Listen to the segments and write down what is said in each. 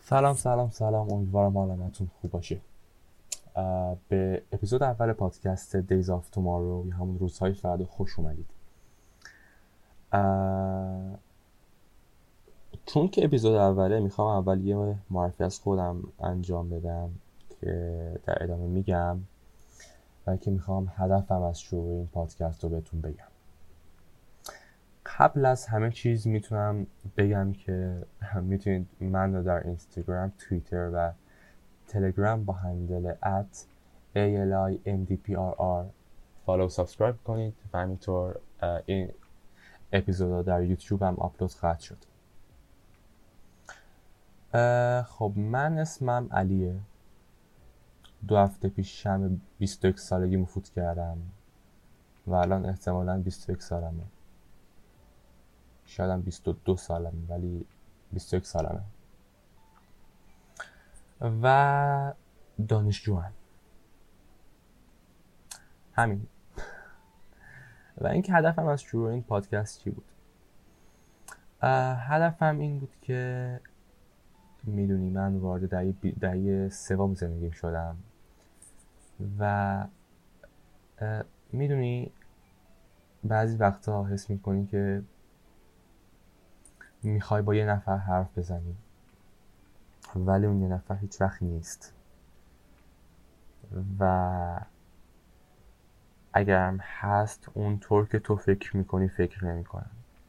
سلام، امیدوارم حالتون خوب باشه. به اپیزود اول پادکست Days of Tomorrow یا همون روزهای فردا خوش اومدید. چون که اپیزود اوله میخوام اول یه معرفی از خودم انجام بدم که در ادامه میگم و که میخوام هدفم از شروع این پادکست رو بهتون بگم. قبل از همه چیز میتونم بگم که میتونید من رو در اینستاگرام، توییتر و تلگرام با هندل @ALIMDPRR فالو سابسکرایب کنید و همینطور این اپیزودها در یوتیوب هم آپلود خواهد شد. خب من اسمم علیه. 2 هفته پیش هم 21 سالگی فوت کردم و الان احتمالاً 21 سالمه، شاید هم 22 سالمه، ولی 21 سالمه و دانشجوام. همین. و اینکه هدفم از شروع این پادکست چی بود؟ هدفم این بود که میدونی من وارد دهه سوم زندگیم شدم و میدونی بعضی وقتا حس میکنی که میخوای با یه نفر حرف بزنی ولی اون یه نفر هیچ وقت نیست و اگرم هست اون طور که تو فکر میکنی فکر نمیکنن.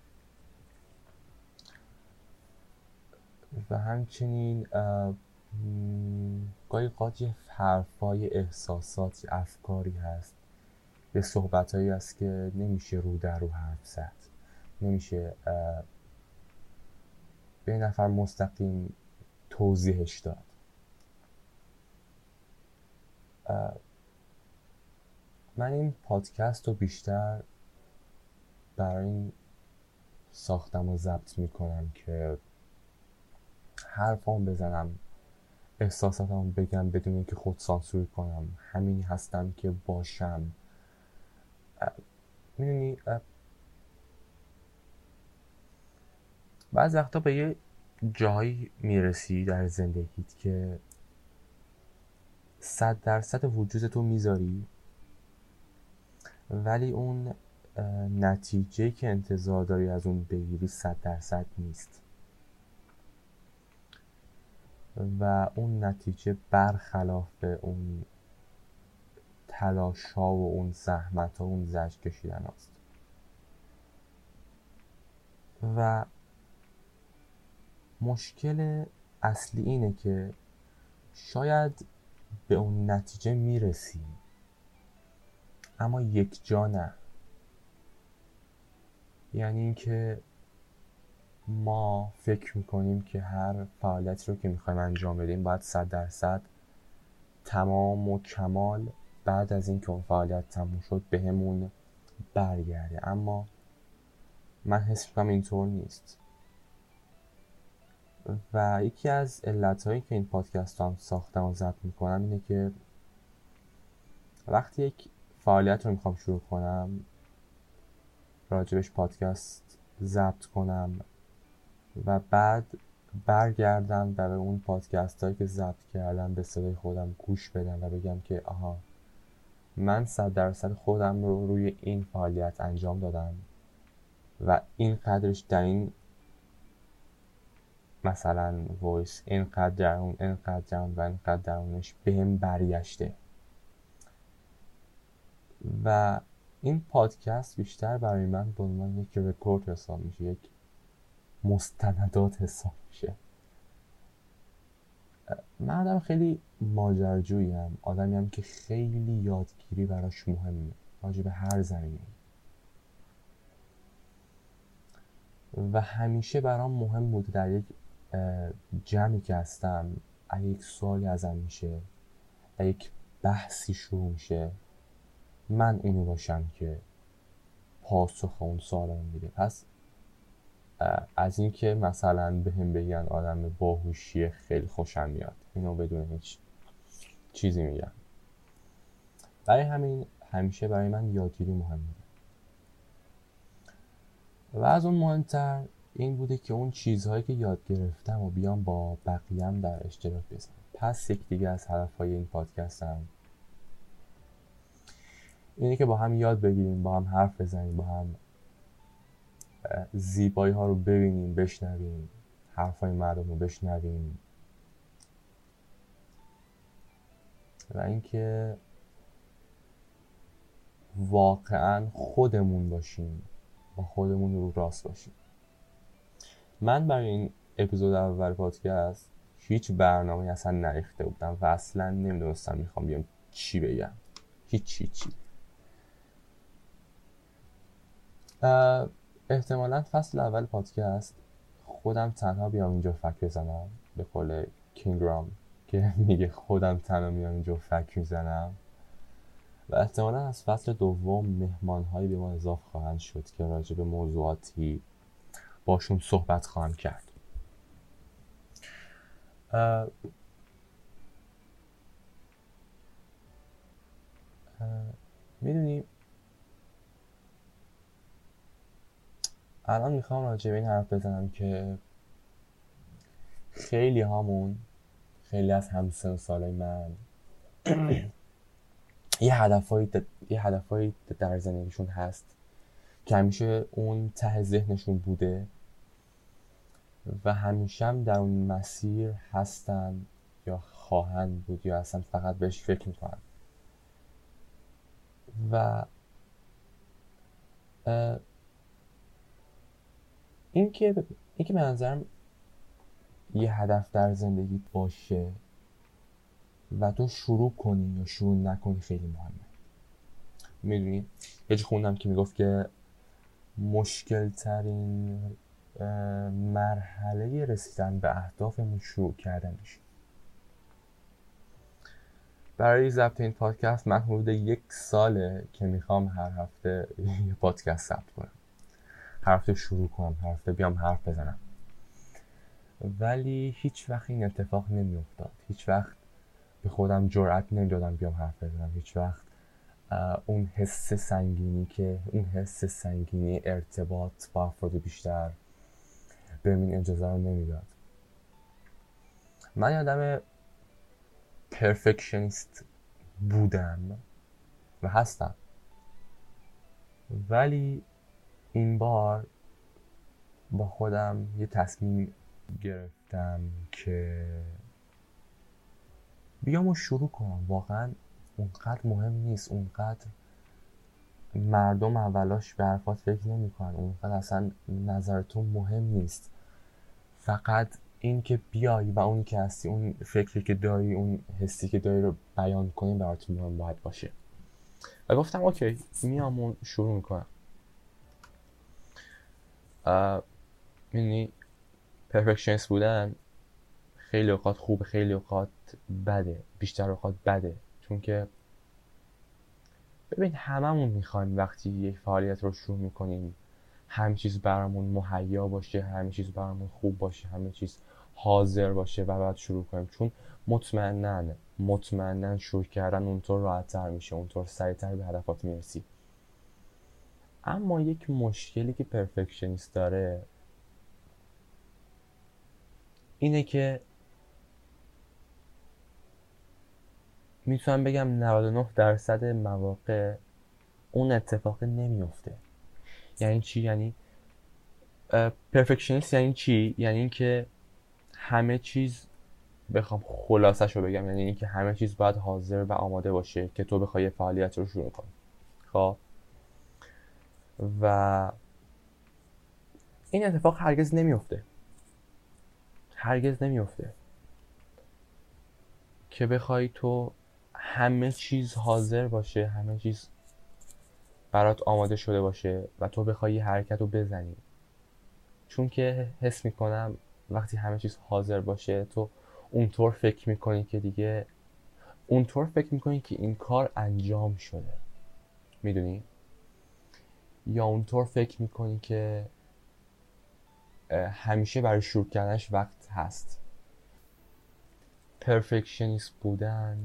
و همچنین گاهی قاعد یه حرفای احساساتی افکاری هست، یه صحبتایی هست که نمیشه رو در رو حرف زد، نمیشه به یه نفر مستقیم توضیحش داد. من این پادکست رو بیشتر برای این ساختم و ضبط میکنم که حرفام بزنم، احساساتم بگم بدون اینکه خود سانسور کنم. همینی هستم که باشم. میدونی بعض وقتا به یه جایی میرسی در زندگیت که 100% وجودتو میذاری ولی اون نتیجه که انتظار داری از اون بگیری 100% نیست و اون نتیجه برخلاف اون تلاش ها و اون زحمت ها و اون زجر کشیدن هاست. و مشکل اصلی اینه که شاید به اون نتیجه میرسی اما یک جا نه. یعنی اینکه ما فکر میکنیم که هر فعالیتی رو که میخوایم انجام بدیم باید 100% تمام و کمال بعد از اینکه اون فعالیت تموم شد بهمون برگرده، اما من حس میکنم اینطور نیست. و یکی از علتهایی که این پادکست رو هم ساختم و ضبط میکنم اینه که وقتی یک فعالیت رو میخوام شروع کنم، راجبش پادکست ضبط کنم و بعد برگردم و به اون پادکست هایی که ضبط کردم به صدای خودم گوش بدم و بگم که آها، من 100% خودم رو روی این فعالیت انجام دادم و این قدرش در این مثلا وایس، این قدر در اون، این قدر در اون و این قدر در اونش به هم برگشته. و این پادکست بیشتر برای من به عنوان یک رکورد حساب میشه، یک مستندات حساب میشه. من آدم خیلی ماجراجوییم، آدمیم که خیلی یادگیری براش مهمه راجع به هر زمینه و همیشه برام مهم بوده در یک جمعی که هستم اگه یک سوالی ازم میشه، اگه یک بحثی شروع میشه، من اونی باشم که پاسخ اون سوالا میده. پس از اینکه مثلا به هم بگن آدم باهوشیه خیلی خوشم میاد، اینو بدون هیچ چیزی میگم. برای همین همیشه برای من یادگیری مهم بوده و از اون مهمتر این بوده که اون چیزهایی که یاد گرفتم و بیام با بقیه‌ام در اشتراک بذارم. پس یک دیگه از هدفهای این پادکستم اینه که با هم یاد بگیریم، با هم حرف بزنیم، با هم زیبایی ها رو ببینیم، بشنویم، حرفای مردم رو بشنویم و اینکه واقعا خودمون باشیم، با خودمون رو راست باشیم. من برای این اپیزود اول پادکست هیچ برنامه‌ای اصلا نریخته بودم و اصلا نمیدونستم میخوام بیام چی بگم. هیچی. احتمالا فصل اول پادکست خودم تنها بیام اینجا فک بزنم، به قول کینگرام که میگه خودم تنها میام اینجا فک میزنم، و احتمالا از فصل دوم مهمانهایی به ما اضافه خواهند شد که راجع به موضوعاتی باشون صحبت خواهم کرد. میدونی الان میخوام راجع به این حرف بزنم که خیلی از همسن سالای من یه هدفهایی در زندگیشون هست که همیشه اون ته ذهنشون بوده و همیشه هم در اون مسیر هستن یا خواهند بود یا اصلا فقط بهش فکر میکنن. و این که به نظرم یه هدف در زندگیت باشه و تو شروع کنی یا شروع نکنی خیلی مهمه. میدونی یه جا خوندم که میگفت که مشکل ترین مرحله رسیدن به اهدافمون شروع کردن میشه. برای ضبط این پادکست من حدود 1 ساله که میخوام هر هفته یه پادکست ضبط کنم، هر هفته شروع کنم، هر هفته بیام حرف بزنم، ولی هیچ وقت این اتفاق نمیافتاد. هیچ وقت به خودم جرئت نمیدادم بیام حرف بزنم. هیچ وقت اون حس سنگینی ارتباط با افراد بیشتر بهم این اجازه رو نمیداد. من یادم پرفکشنیست بودم و هستم، ولی این بار با خودم یه تصمیم گرفتم که بیام و شروع کنم. واقعا اونقدر مهم نیست، اونقدر مردم اولاش به حرفات فکر نمی کنن، اونقدر اصلا نظرتون مهم نیست. فقط این که بیای و اونی که هستی، اون فکری که داری، اون حسی که داری رو بیان کنی براتون مهم باید باشه. و گفتم اوکی میام و شروع میکنم. یعنی پرفکشنیست بودن خیلی اوقات خوبه، خیلی اوقات بده، بیشتر اوقات بده. چون که ببین هممون میخوایم وقتی یک فعالیت رو شروع میکنیم همه چیز برامون مهیا باشه، همه چیز برامون خوب باشه، همه چیز حاضر باشه و بعد شروع کنیم. چون مطمئناً شروع کردن اونطور راحت‌تر میشه، اونطور سریعتر به هدفات میرسی. اما یک مشکلی که پرفکشنیست داره اینه که میتونم بگم 99% مواقع اون اتفاق نمیفته. یعنی چی؟ یعنی پرفکشنیست یعنی چی؟ یعنی اینکه همه چیز، بخوام خلاصش رو بگم، یعنی اینکه همه چیز باید حاضر و آماده باشه که تو بخوای فعالیت رو شروع کنی. خب و این اتفاق هرگز نمیفته که بخوای تو همه چیز حاضر باشه، همه چیز برات آماده شده باشه و تو بخوای یه حرکت رو بزنی. چون که حس میکنم وقتی همه چیز حاضر باشه تو اونطور فکر میکنی که این کار انجام شده، میدونی؟ یا اونطور فکر میکنی که همیشه برای شروع کردنش وقت هست. پرفکشنیست بودن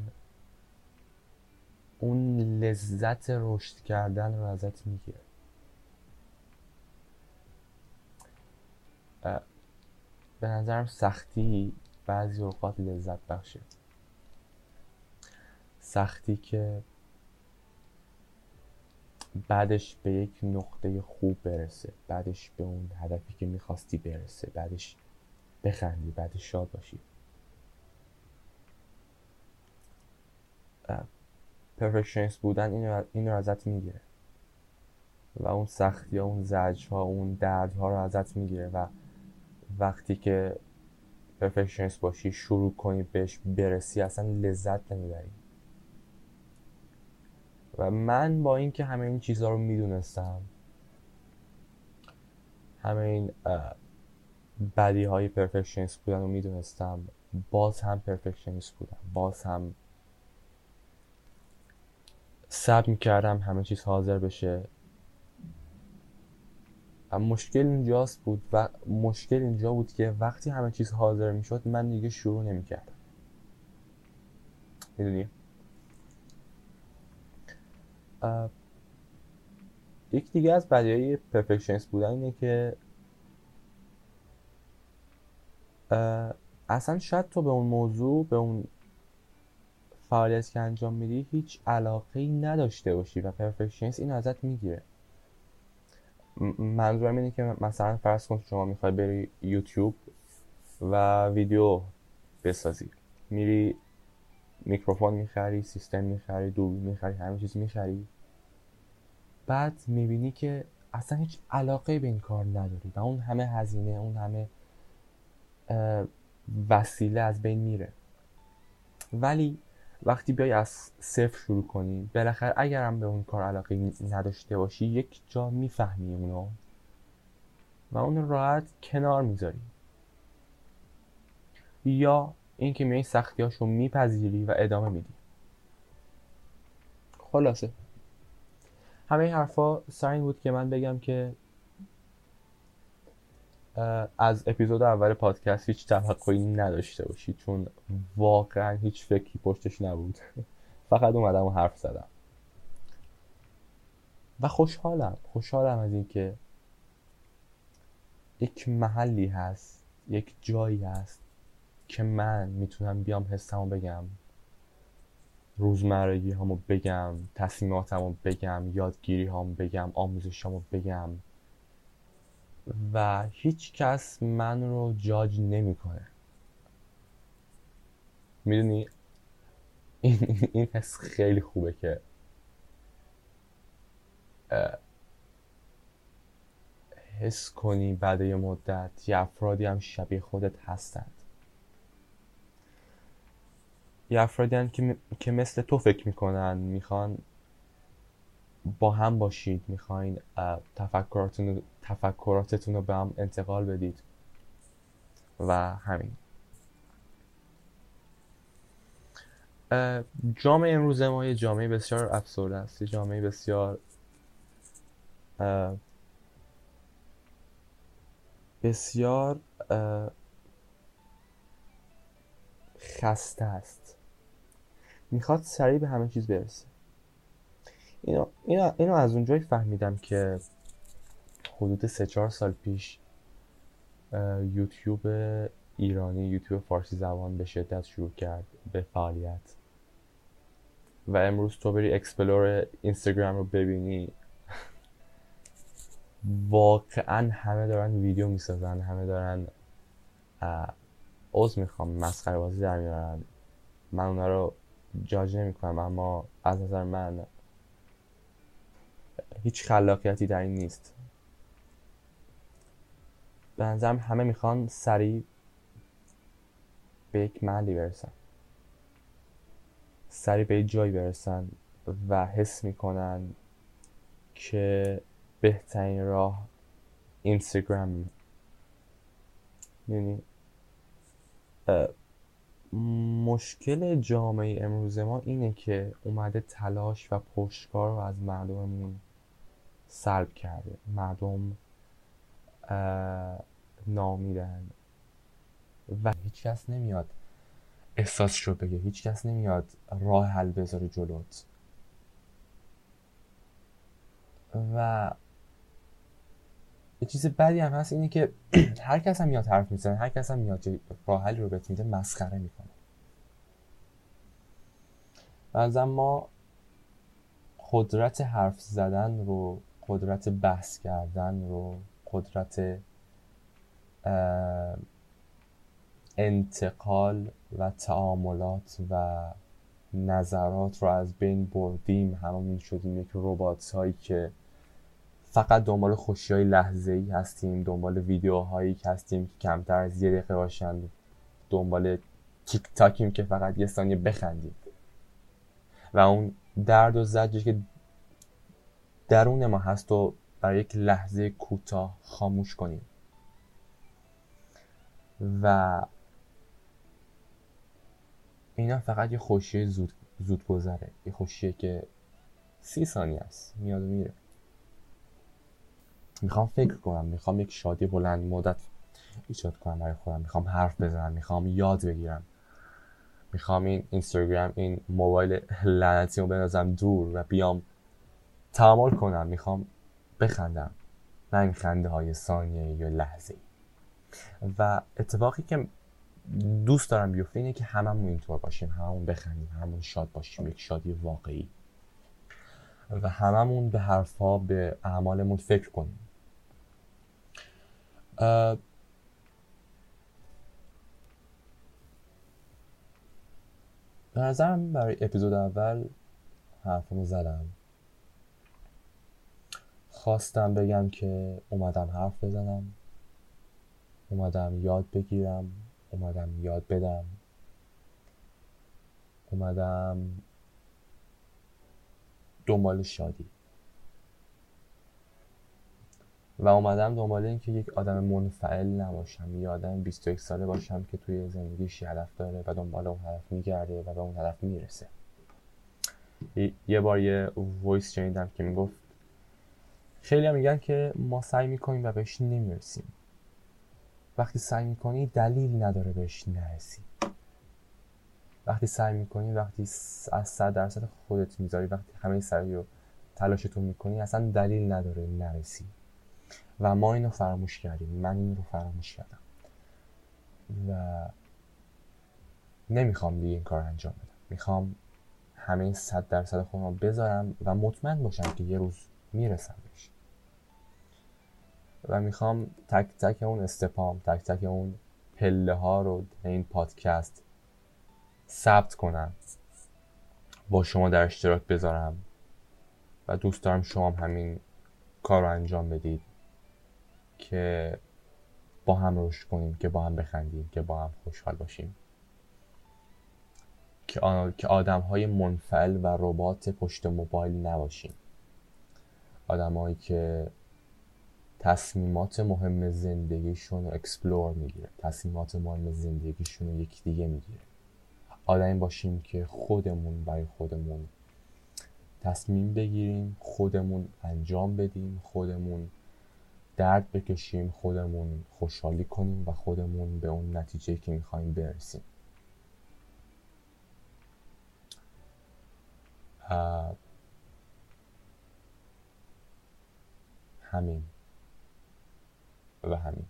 اون لذت رشد کردن رو ازت میگیره. به نظرم سختی بعضی اوقات لذت بخشه. سختی که بعدش به یک نقطه خوب برسه، بعدش به اون هدفی که میخواستی برسه، بعدش بخندی، بعدش شاد باشی. پرفکشنیست بودن اینو ازت میگیره و اون سختی ها، اون زجر ها، اون درد ها رو ازت میگیره و وقتی که پرفکشنیست باشی، شروع کنی بهش برسی، اصلا لذت نمیبری. و من با اینکه همه این چیزها رو میدونستم، همه این بدی های پرفکشنیست بودن رو میدونستم، باز هم پرفکشنیست بودم، باز هم صبر میکردم همه چیز حاضر بشه. و مشکل اینجا بود که وقتی همه چیز حاضر میشد من دیگه شروع نمیکردم. میدونی؟ یک دیگه از بدیهای پرفکشنیست بودن اینه که اصلا شاید تو به اون موضوع، به اون فعالیت که انجام میدی هیچ علاقه‌ای نداشته باشی و پرفکشنیست اینو ازت میگیره. منظورم اینه که مثلا فرض کن شما میخوای بری یوتیوب و ویدیو بسازی، میری میکروفون میخری، سیستم میخری، دوربین میخری، همه چیز میخری، بعد میبینی که اصلا هیچ علاقه به این کار نداری و اون همه هزینه، اون همه وسیله از بین میره. ولی وقتی بیای از صفر شروع کنی، بالاخره اگرم به اون کار علاقه نداشته باشی، یک جا میفهمی اونو و اون راحت کنار میذاری، یا اینکه میای سختیاشو میپذیری و ادامه میدی. خلاصه همه این حرفا سر این بود که من بگم که از اپیزود اول پادکست هیچ توقعی نداشته باشی، چون واقعا هیچ فکری پشتش نبود. فقط اومدم و حرف زدم و خوشحالم از این که یک محلی هست، یک جایی هست که من میتونم بیام حسمو بگم، روزمرگی هامو بگم، تصمیماتمو بگم، یادگیری هامو بگم، آموزشامو بگم و هیچ کس من رو جاج نمیکنه. میدونی این حس خیلی خوبه که حس کنی بعد یه مدت یه افرادی هم شبیه خودت هستند، یه افرادی هم که مثل تو فکر میکنن، میخوان با هم باشید، میخواین تفکراتتون رو به هم انتقال بدید و همین. جامعه امروز ما یه جامعه بسیار افسرده است، یه جامعه بسیار خسته است، میخواد سریع به همه چیز برسه. اینو از اونجایی فهمیدم که حدود 3-4 سال پیش یوتیوب ایرانی، یوتیوب فارسی زبان به شدت شروع کرد به فعالیت و امروز تو بری اکسپلور اینستاگرام رو ببینی، واقعا همه دارن ویدیو میسازن، همه دارن میخوام مسخره بازی در میارن. من اونا رو جاج نمی کنم، اما از نظر من هیچ خلاقیتی در این نیست. به نظرم همه میخوان سریع به یک محلی برسن، سریع به یک جایی برسن و حس میکنن که بهترین راه اینستاگرام. یعنی مشکل جامعه امروز ما اینه که اومده تلاش و پشتکار رو از مردممون سلب کرده. مردم ناامیدن و هیچ کس نمیاد احساسش رو بگه، هیچ کس نمیاد راه حل بذاره جلوت و یه چیز بدی هم هست اینه که هر کس هم میاد حرف میزنه، هر کس هم میاد راه حلی رو بهت میده، مسخره میکنه. و ما قدرت حرف زدن رو، قدرت بحث کردن رو، قدرت انتقال و تعاملات و نظرات رو از بین بردیم. هممون شدیم یک ربات هایی که فقط دنبال خوشی های لحظه ای هستیم، دنبال ویدیوهایی که هستیم که کمتر از 1 دقیقه باشن، دنبال تیک تاکیم که فقط 1 ثانیه بخندیم و اون درد و زجری که درون ما هست و برای یک لحظه کوتاه خاموش کنیم. و اینا فقط یه خوشی زود گذره، یه خوشیه که 30 ثانیه است، میاد و میره. میخوام فکر کنم، میخوام یک شادی بلند مدت ایجاد کنم برای خودم، میخوام حرف بزنم، میخوام یاد بگیرم، میخوام این اینستاگرام، این موبایل لعنتی رو بندازم دور و بیام تعامل کنم، میخوام بخندم، نه این خنده های ثانیه یا لحظه. و اتفاقی که دوست دارم بیفته اینه که هممون اینطور باشیم، هممون بخندیم، هممون شاد باشیم، یک شادی واقعی، و هممون به حرفا، به اعمالمون فکر کنیم. به نظرم برای اپیزود اول حرفمو زدم. خواستم بگم که اومدم حرف بزنم، اومدم یاد بگیرم، اومدم یاد بدم، اومدم دنبال شادی و اومدم دنبال این که یک آدم منفعل نباشم، یه آدم 21 ساله باشم که توی زندگیش هدف داره و دنبال اون هدف میگرده و به اون هدف میرسه. یه بار یه وایس شنیدم که میگفت خیلی هم میگن که ما سعی میکنیم و بهش نمیرسیم. وقتی سعی میکنی دلیل نداره بهش نرسی. وقتی سعی میکنی، وقتی از 100% خودت میذاری، وقتی همه سعی و تلاشتون میکنی، اصلا دلیل نداره نرسی. و ما اینو فراموش کردیم، من این رو فراموش کردم و نمیخوام دیگه این کار انجام بدم. میخوام همه 100% خودم رو بذارم و مطمئن باشم که یه روز میرسم بهش. و میخوام تک تک اون استپام، تک تک اون پله ها رو این پادکست ثبت کنم، با شما در اشتراک بذارم و دوست دارم شما هم همین کار رو انجام بدید که با هم رشد کنیم، که با هم بخندیم، که با هم خوشحال باشیم، که آدم های منفعل و ربات پشت موبایل نباشیم. آدم هایی که تصمیمات مهم زندگیشون رو اکسپلور میگیره، تصمیمات مهم زندگیشون رو یکی دیگه میگیره. آدمی باشیم که خودمون برای خودمون تصمیم بگیریم، خودمون انجام بدیم، خودمون درد بکشیم، خودمون خوشحالی کنیم و خودمون به اون نتیجه که میخوایم برسیم. همین و همین.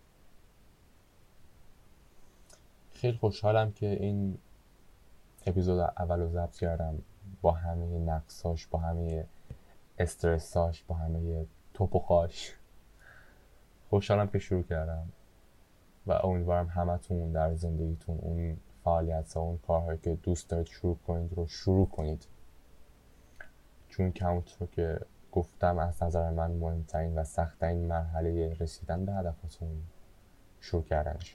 خیلی خوشحالم که این اپیزود اول رو ضبط کردم، با همه نقصاش، با همه استرساش، با همه توپقاش. خوشحالم که شروع کردم و امیدوارم همتون در زندگیتون اون فعالیت ها، اون کارهایی که دوست دارید شروع کنید رو شروع کنید، چون که همونطور که گفتم از نظر من مهمترین و سخت‌ترین مرحله رسیدن به هدفتون شروع کردنشه.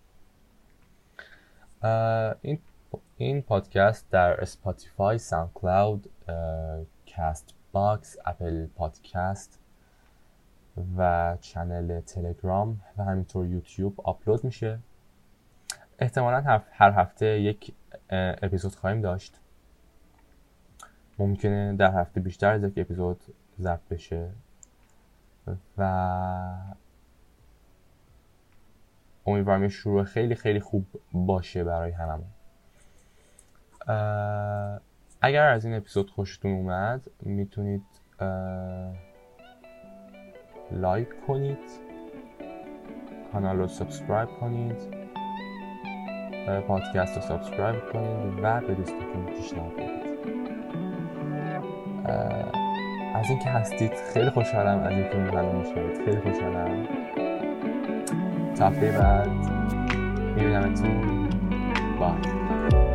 این پادکست در اسپاتیفای، ساوند کلاود، کاست باکس، اپل پادکست و چنل تلگرام و همینطور یوتیوب آپلود میشه. احتمالاً هر هفته یک اپیزود خواهیم داشت. ممکنه در هفته بیشتر از یک اپیزود ضبط بشه و امیدوارم یه شروع خیلی خیلی خوب باشه برای هممون. اگر از این اپیزود خوشتون اومد میتونید لایک کنید، کانال رو سابسکرایب کنید، پادکست رو سابسکرایب کنید و به دوستتون پیشنهاد بدید. از اینکه هستید خیلی خوشحالم، از اینکه منو میشنوید خیلی خوشحالم. تا هفته بعد میبینمتون. بای.